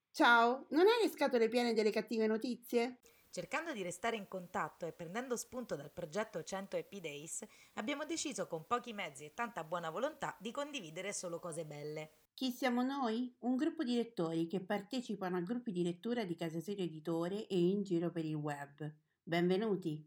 Ciao, non hai le scatole piene delle cattive notizie? Cercando di restare in contatto e prendendo spunto dal progetto 100 Happy Days, abbiamo deciso con pochi mezzi e tanta buona volontà di condividere solo cose belle. Chi siamo noi? Un gruppo di lettori che partecipano a gruppi di lettura di Casa Serio Editore e in giro per il web. Benvenuti!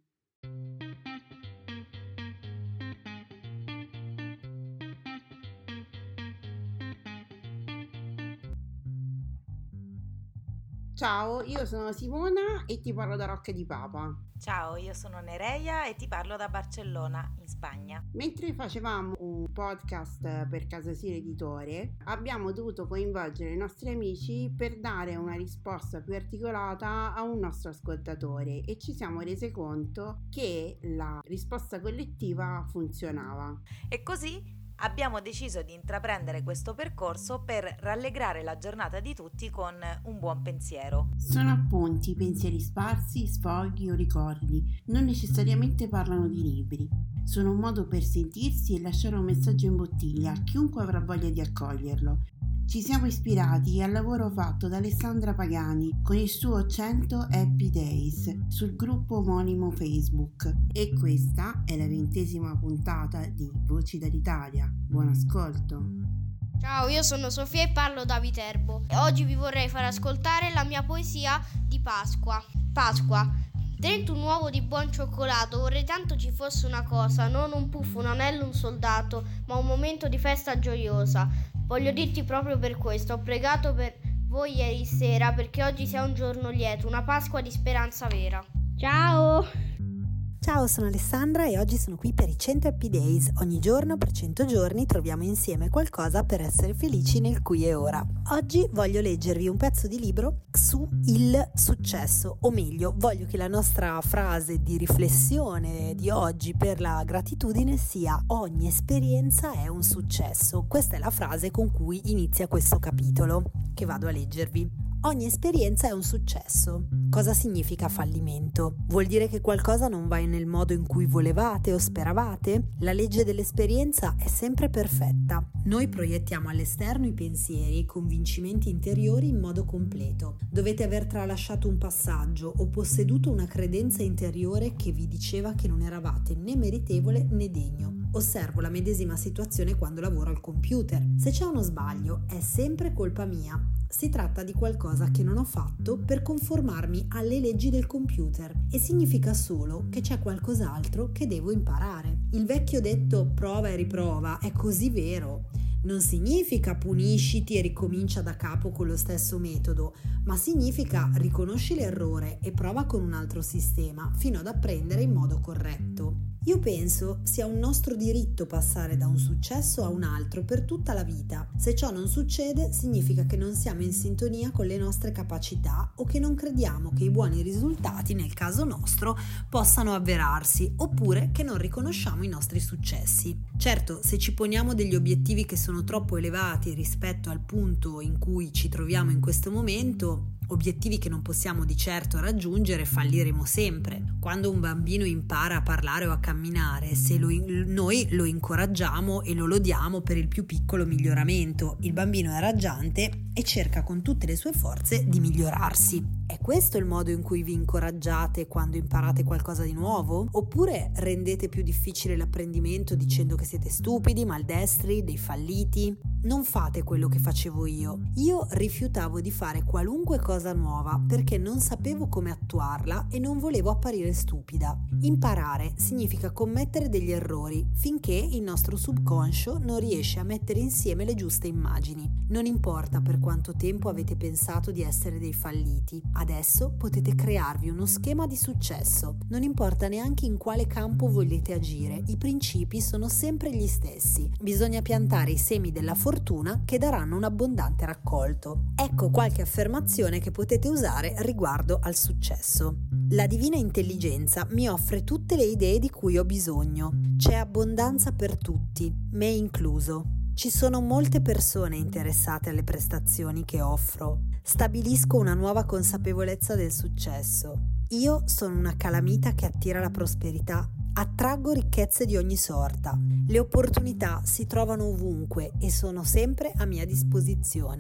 Ciao, io sono Simona e ti parlo da Rocca di Papa. Ciao, io sono Nereia e ti parlo da Barcellona, in Spagna. Mentre facevamo un podcast per Casa Serio Editore, abbiamo dovuto coinvolgere i nostri amici per dare una risposta più articolata a un nostro ascoltatore e ci siamo resi conto che la risposta collettiva funzionava. E così abbiamo deciso di intraprendere questo percorso per rallegrare la giornata di tutti con un buon pensiero. Sono appunti, pensieri sparsi, sfoghi o ricordi, non necessariamente parlano di libri. Sono un modo per sentirsi e lasciare un messaggio in bottiglia a chiunque avrà voglia di accoglierlo. Ci siamo ispirati al lavoro fatto da Alessandra Pagani con il suo 100 Happy Days sul gruppo omonimo Facebook e questa è la 20ª puntata di Voci dall'Italia. Buon ascolto! Ciao, io sono Sofia e parlo da Viterbo e oggi vi vorrei far ascoltare la mia poesia di Pasqua. Pasqua. Dentro un uovo di buon cioccolato vorrei tanto ci fosse una cosa, non un puff, un anello, un soldato, ma un momento di festa gioiosa. Voglio dirti proprio per questo, ho pregato per voi ieri sera perché oggi sia un giorno lieto, una Pasqua di speranza vera. Ciao! Ciao, sono Alessandra e oggi sono qui per i 100 Happy Days. Ogni giorno per 100 giorni troviamo insieme qualcosa per essere felici nel qui e ora. Oggi voglio leggervi un pezzo di libro su il successo, o meglio, voglio che la nostra frase di riflessione di oggi per la gratitudine sia: ogni esperienza è un successo. Questa è la frase con cui inizia questo capitolo, che vado a leggervi. Ogni esperienza è un successo. Cosa significa fallimento? Vuol dire che qualcosa non va nel modo in cui volevate o speravate? La legge dell'esperienza è sempre perfetta. Noi proiettiamo all'esterno i pensieri e i convincimenti interiori in modo completo. Dovete aver tralasciato un passaggio o posseduto una credenza interiore che vi diceva che non eravate né meritevole né degno. Osservo la medesima situazione quando lavoro al computer. Se c'è uno sbaglio, è sempre colpa mia. Si tratta di qualcosa che non ho fatto per conformarmi alle leggi del computer e significa solo che c'è qualcos'altro che devo imparare. Il vecchio detto prova e riprova è così vero. Non significa punisciti e ricomincia da capo con lo stesso metodo, ma significa riconosci l'errore e prova con un altro sistema fino ad apprendere in modo corretto. Io penso sia un nostro diritto passare da un successo a un altro per tutta la vita. Se ciò non succede, significa che non siamo in sintonia con le nostre capacità o che non crediamo che i buoni risultati, nel caso nostro, possano avverarsi, oppure che non riconosciamo i nostri successi. Certo, se ci poniamo degli obiettivi che sono troppo elevati rispetto al punto in cui ci troviamo in questo momento, obiettivi che non possiamo di certo raggiungere, falliremo sempre. Quando un bambino impara a parlare o a camminare, se noi lo incoraggiamo e lo lodiamo per il più piccolo miglioramento, il bambino è raggiante e cerca con tutte le sue forze di migliorarsi. È questo il modo in cui vi incoraggiate quando imparate qualcosa di nuovo? Oppure rendete più difficile l'apprendimento dicendo che siete stupidi, maldestri, dei falliti? Non fate quello che facevo io. Io rifiutavo di fare qualunque cosa nuova perché non sapevo come attuarla e non volevo apparire stupida. Imparare significa commettere degli errori finché il nostro subconscio non riesce a mettere insieme le giuste immagini. Non importa per quanto tempo avete pensato di essere dei falliti, adesso potete crearvi uno schema di successo. Non importa neanche in quale campo volete agire, i principi sono sempre gli stessi. Bisogna piantare i semi della fortuna che daranno un abbondante raccolto. Ecco qualche affermazione che potete usare riguardo al successo. La divina intelligenza mi offre tutte le idee di cui ho bisogno. C'è abbondanza per tutti, me incluso. Ci sono molte persone interessate alle prestazioni che offro. Stabilisco una nuova consapevolezza del successo. Io sono una calamita che attira la prosperità. Attraggo ricchezze di ogni sorta. Le opportunità si trovano ovunque e sono sempre a mia disposizione.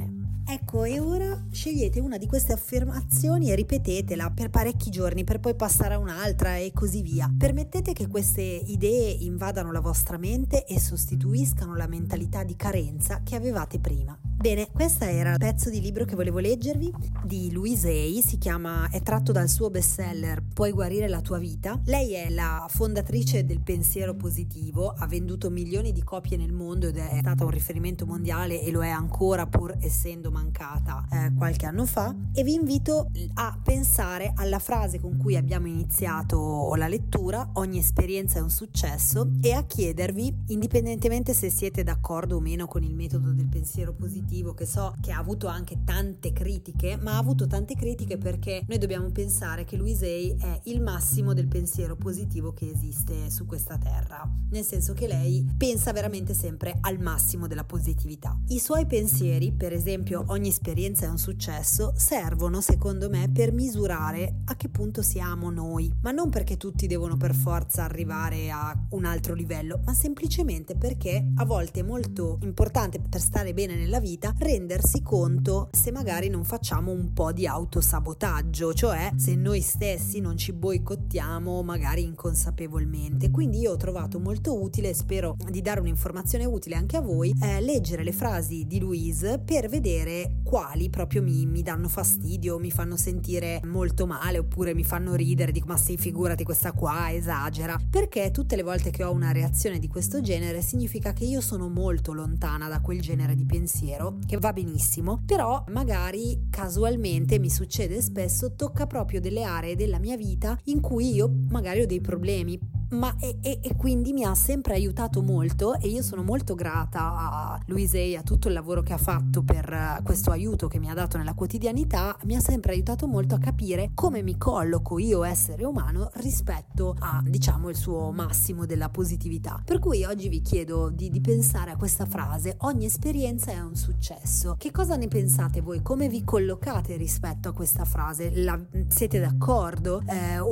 Ecco, e ora scegliete una di queste affermazioni e ripetetela per parecchi giorni, per poi passare a un'altra e così via. Permettete che queste idee invadano la vostra mente e sostituiscano la mentalità di carenza che avevate prima. Bene, questo era il pezzo di libro che volevo leggervi di Louise Hay, è tratto dal suo bestseller Puoi guarire la tua vita. Lei è la fondatrice del pensiero positivo, ha venduto milioni di copie nel mondo ed è stata un riferimento mondiale e lo è ancora, pur essendo mancata qualche anno fa, e vi invito a pensare alla frase con cui abbiamo iniziato la lettura: ogni esperienza è un successo, e a chiedervi, indipendentemente se siete d'accordo o meno con il metodo del pensiero positivo, che so che ha avuto anche tante critiche, ma ha avuto tante critiche perché noi dobbiamo pensare che Louise Hay è il massimo del pensiero positivo che esiste su questa terra, nel senso che lei pensa veramente sempre al massimo della positività. I suoi pensieri, per esempio ogni esperienza è un successo, servono secondo me per misurare a che punto siamo noi, ma non perché tutti devono per forza arrivare a un altro livello, ma semplicemente perché a volte è molto importante, per stare bene nella vita, rendersi conto se magari non facciamo un po' di autosabotaggio, cioè se noi stessi non ci boicottiamo magari inconsapevolmente. Quindi io ho trovato molto utile, spero di dare un'informazione utile anche a voi, leggere le frasi di Louise per vedere quali proprio mi danno fastidio, mi fanno sentire molto male, oppure mi fanno ridere, dico ma sì, figurati, questa qua esagera, perché tutte le volte che ho una reazione di questo genere significa che io sono molto lontana da quel genere di pensiero, che va benissimo, però magari casualmente, mi succede spesso, tocca proprio delle aree della mia vita in cui io magari ho dei problemi, ma e quindi mi ha sempre aiutato molto, e io sono molto grata a Louise Hay, a tutto il lavoro che ha fatto per questo aiuto che mi ha dato nella quotidianità. Mi ha sempre aiutato molto a capire come mi colloco io, essere umano, rispetto a, diciamo, il suo massimo della positività. Per cui oggi vi chiedo di pensare a questa frase: ogni esperienza è un successo. Che cosa ne pensate voi? Come vi collocate rispetto a questa frase? Siete d'accordo?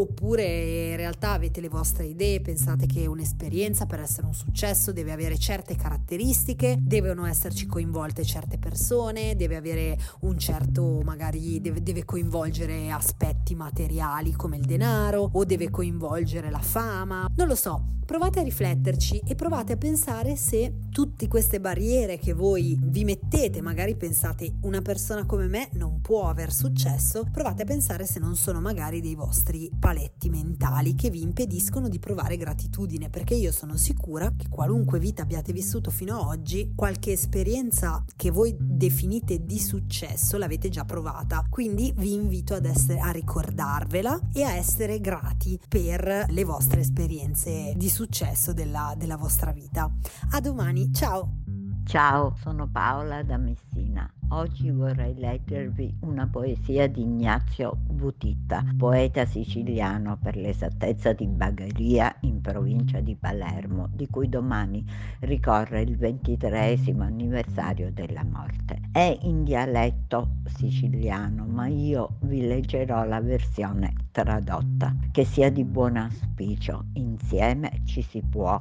Oppure in realtà avete le vostre idee? Pensate che un'esperienza, per essere un successo, deve avere certe caratteristiche, devono esserci coinvolte certe persone, deve avere un certo, magari deve coinvolgere aspetti materiali come il denaro, o deve coinvolgere la fama, non lo so. Provate a rifletterci e provate a pensare se tutte queste barriere che voi vi mettete, magari pensate una persona come me non può aver successo, provate a pensare se non sono magari dei vostri paletti mentali che vi impediscono di provare gratitudine, perché io sono sicura che qualunque vita abbiate vissuto fino ad oggi, qualche esperienza che voi definite di successo l'avete già provata, quindi vi invito a ricordarvela e a essere grati per le vostre esperienze di successo della vostra vita. A domani, ciao! Ciao, sono Paola da Messina. Oggi vorrei leggervi una poesia di Ignazio Butitta, poeta siciliano, per l'esattezza di Bagheria, in provincia di Palermo, di cui domani ricorre il 23° anniversario della morte. È in dialetto siciliano, ma io vi leggerò la versione tradotta, che sia di buon auspicio. Insieme ci si può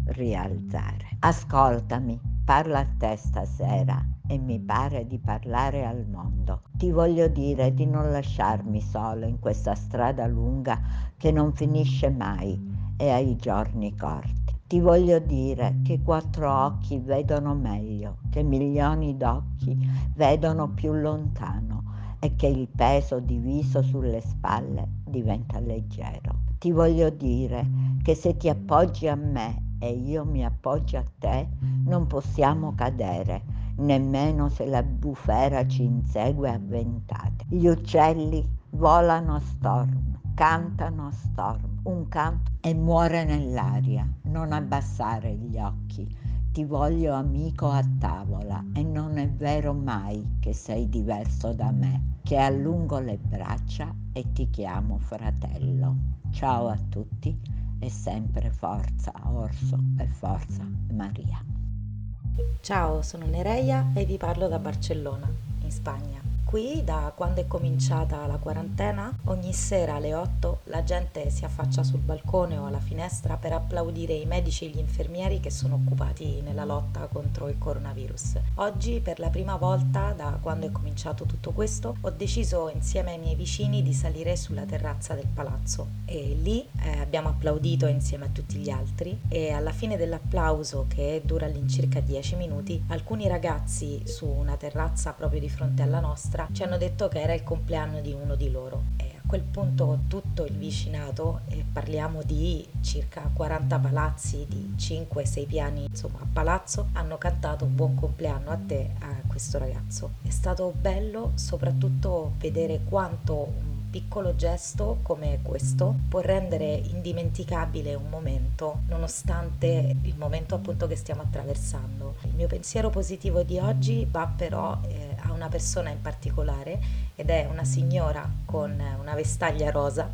rialzare. Ascoltami, parla a te stasera, e mi pare di parlare al mondo. Ti voglio dire di non lasciarmi solo in questa strada lunga che non finisce mai e ha i giorni corti. Ti voglio dire che 4 occhi vedono meglio, che milioni d'occhi vedono più lontano, e che il peso diviso sulle spalle diventa leggero. Ti voglio dire che se ti appoggi a me e io mi appoggio a te, non possiamo cadere, nemmeno se la bufera ci insegue a ventate. Gli uccelli volano a stormo, cantano a stormo, un canto e muore nell'aria. Non abbassare gli occhi, ti voglio amico a tavola, e non è vero mai che sei diverso da me, che allungo le braccia e ti chiamo fratello. Ciao a tutti e sempre forza Orso e forza Maria. Ciao, sono Nereia e vi parlo da Barcellona, in Spagna. Qui, da quando è cominciata la quarantena, ogni sera alle 8 la gente si affaccia sul balcone o alla finestra per applaudire i medici e gli infermieri che sono occupati nella lotta contro il coronavirus. Oggi, per la prima volta da quando è cominciato tutto questo, ho deciso insieme ai miei vicini di salire sulla terrazza del palazzo e lì abbiamo applaudito insieme a tutti gli altri, e alla fine dell'applauso, che dura all'incirca 10 minuti, alcuni ragazzi su una terrazza proprio di fronte alla nostra ci hanno detto che era il compleanno di uno di loro, e a quel punto tutto il vicinato, e parliamo di circa 40 palazzi di 5-6 piani, insomma a palazzo, hanno cantato buon compleanno a te a questo ragazzo. È stato bello soprattutto vedere quanto un piccolo gesto come questo può rendere indimenticabile un momento, nonostante il momento appunto che stiamo attraversando. Il mio pensiero positivo di oggi va però a una persona in particolare, ed è una signora con una vestaglia rosa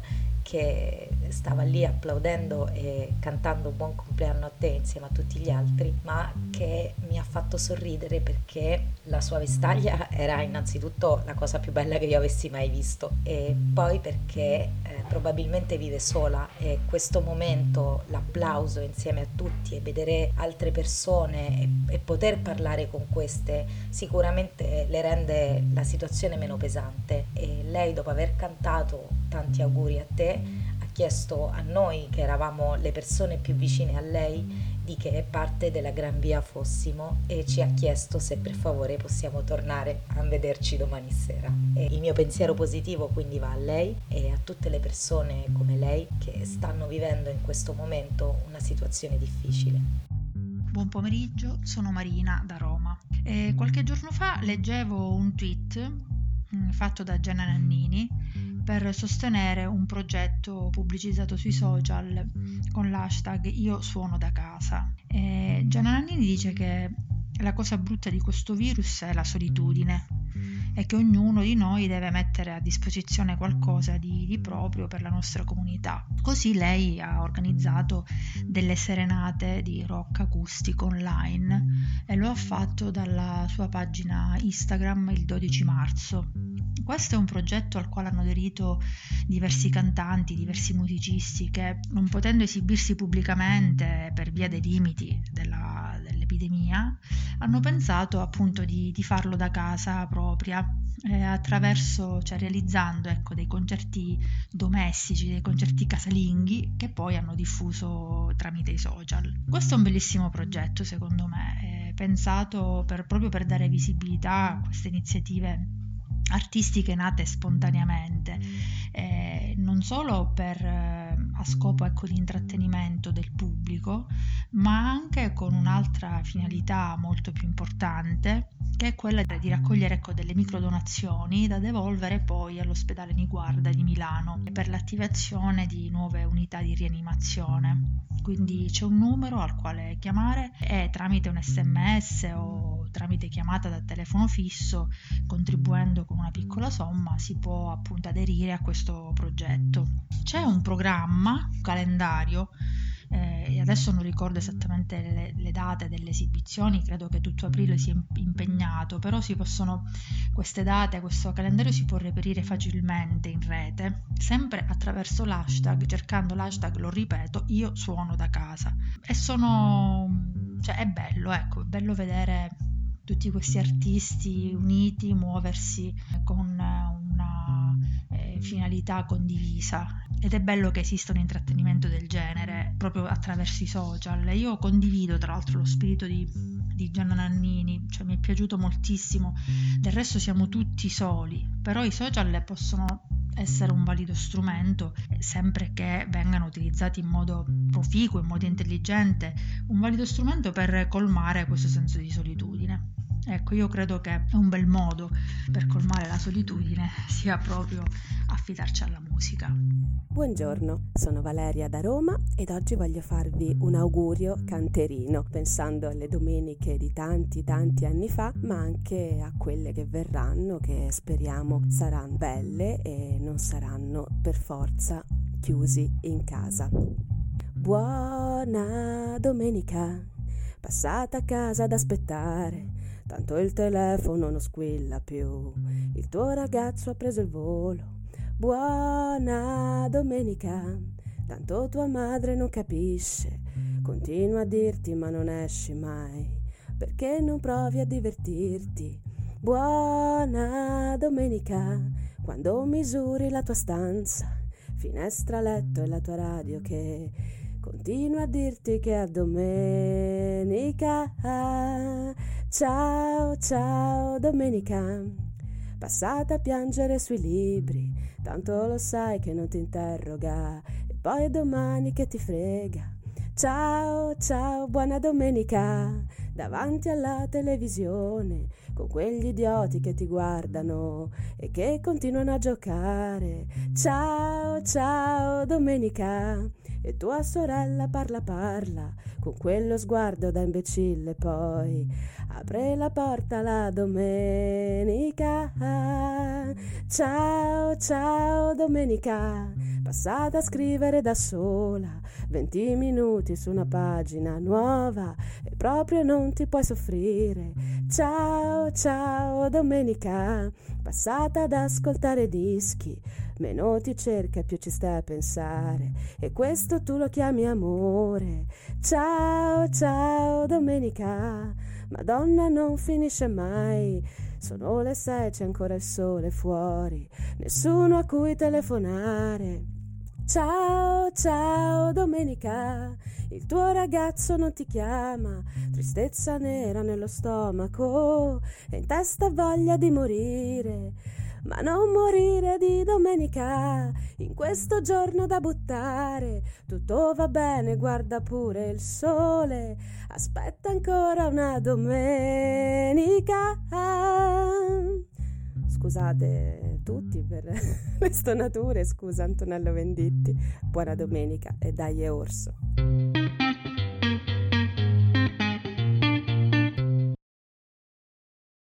che stava lì applaudendo e cantando buon compleanno a te insieme a tutti gli altri, ma che mi ha fatto sorridere perché la sua vestaglia era innanzitutto la cosa più bella che io avessi mai visto, e poi perché probabilmente vive sola, e questo momento, l'applauso insieme a tutti e vedere altre persone e poter parlare con queste, sicuramente le rende la situazione meno pesante. E lei, dopo aver cantato tanti auguri a te, ha chiesto a noi, che eravamo le persone più vicine a lei, di che parte della Gran Via fossimo, e ci ha chiesto se per favore possiamo tornare a vederci domani sera. E il mio pensiero positivo quindi va a lei e a tutte le persone come lei che stanno vivendo in questo momento una situazione difficile. Buon pomeriggio, sono Marina da Roma. Qualche giorno fa leggevo un tweet fatto da Gianna Nannini per sostenere un progetto pubblicizzato sui social con l'hashtag Io suono da casa. Gianna Nannini dice che la cosa brutta di questo virus è la solitudine e che ognuno di noi deve mettere a disposizione qualcosa di proprio per la nostra comunità. Così lei ha organizzato delle serenate di rock acustico online e lo ha fatto dalla sua pagina Instagram il 12 marzo. Questo è un progetto al quale hanno aderito diversi cantanti, diversi musicisti che, non potendo esibirsi pubblicamente per via dei limiti dell'epidemia, hanno pensato appunto di farlo da casa propria, realizzando dei concerti domestici, dei concerti casalinghi che poi hanno diffuso tramite i social. Questo è un bellissimo progetto, secondo me, pensato proprio per dare visibilità a queste iniziative artistiche nate spontaneamente, non solo a scopo di intrattenimento del pubblico, ma anche con un'altra finalità molto più importante, che è quella di raccogliere delle microdonazioni da devolvere poi all'ospedale Niguarda di Milano per l'attivazione di nuove unità di rianimazione. Quindi c'è un numero al quale chiamare e tramite un SMS o tramite chiamata da telefono fisso, contribuendo con una piccola somma, si può appunto aderire a questo progetto. C'è un programma, un calendario, e adesso non ricordo esattamente le date delle esibizioni, credo che tutto aprile sia impegnato, però queste date, questo calendario si può reperire facilmente in rete, sempre attraverso l'hashtag, cercando l'hashtag, lo ripeto, Io suono da casa. E è bello, è bello vedere tutti questi artisti uniti, muoversi con una finalità condivisa, ed è bello che esista un intrattenimento del genere proprio attraverso i social. Io condivido tra l'altro lo spirito di Gianna Nannini, mi è piaciuto moltissimo. Del resto siamo tutti soli, però i social possono essere un valido strumento, sempre che vengano utilizzati in modo proficuo, in modo intelligente, un valido strumento per colmare questo senso di solitudine. Io credo che un bel modo per colmare la solitudine sia proprio affidarci alla musica. Buongiorno, sono Valeria da Roma ed oggi voglio farvi un augurio canterino, pensando alle domeniche di tanti anni fa, ma anche a quelle che verranno, che speriamo saranno belle e non saranno per forza chiusi in casa. Buona domenica, passata a casa ad aspettare tanto il telefono non squilla più, il tuo ragazzo ha preso il volo. Buona domenica, tanto tua madre non capisce, continua a dirti ma non esci mai, perché non provi a divertirti. Buona domenica, quando misuri la tua stanza, finestra, letto e la tua radio che continua a dirti che è domenica. Ciao, ciao domenica, passata a piangere sui libri, tanto lo sai che non ti interroga e poi è domani che ti frega. Ciao, ciao, buona domenica, davanti alla televisione, con quegli idioti che ti guardano e che continuano a giocare. Ciao, ciao, domenica, e tua sorella parla, con quello sguardo da imbecille, poi apre la porta la domenica. Ciao, ciao, domenica, passata a scrivere da sola 20 minuti su una pagina nuova e proprio non ti puoi soffrire. Ciao, ciao, domenica, passata ad ascoltare dischi, meno ti cerca più ci stai a pensare e questo tu lo chiami amore. Ciao, ciao, domenica, Madonna non finisce mai, sono le 6, c'è ancora il sole fuori, nessuno a cui telefonare. Ciao, ciao, domenica, il tuo ragazzo non ti chiama, tristezza nera nello stomaco e in testa voglia di morire. Ma non morire di domenica, in questo giorno da buttare, tutto va bene, guarda pure il sole, aspetta ancora una domenica. Scusate tutti per le stonature, scusa Antonello Venditti, buona domenica e dai Orso.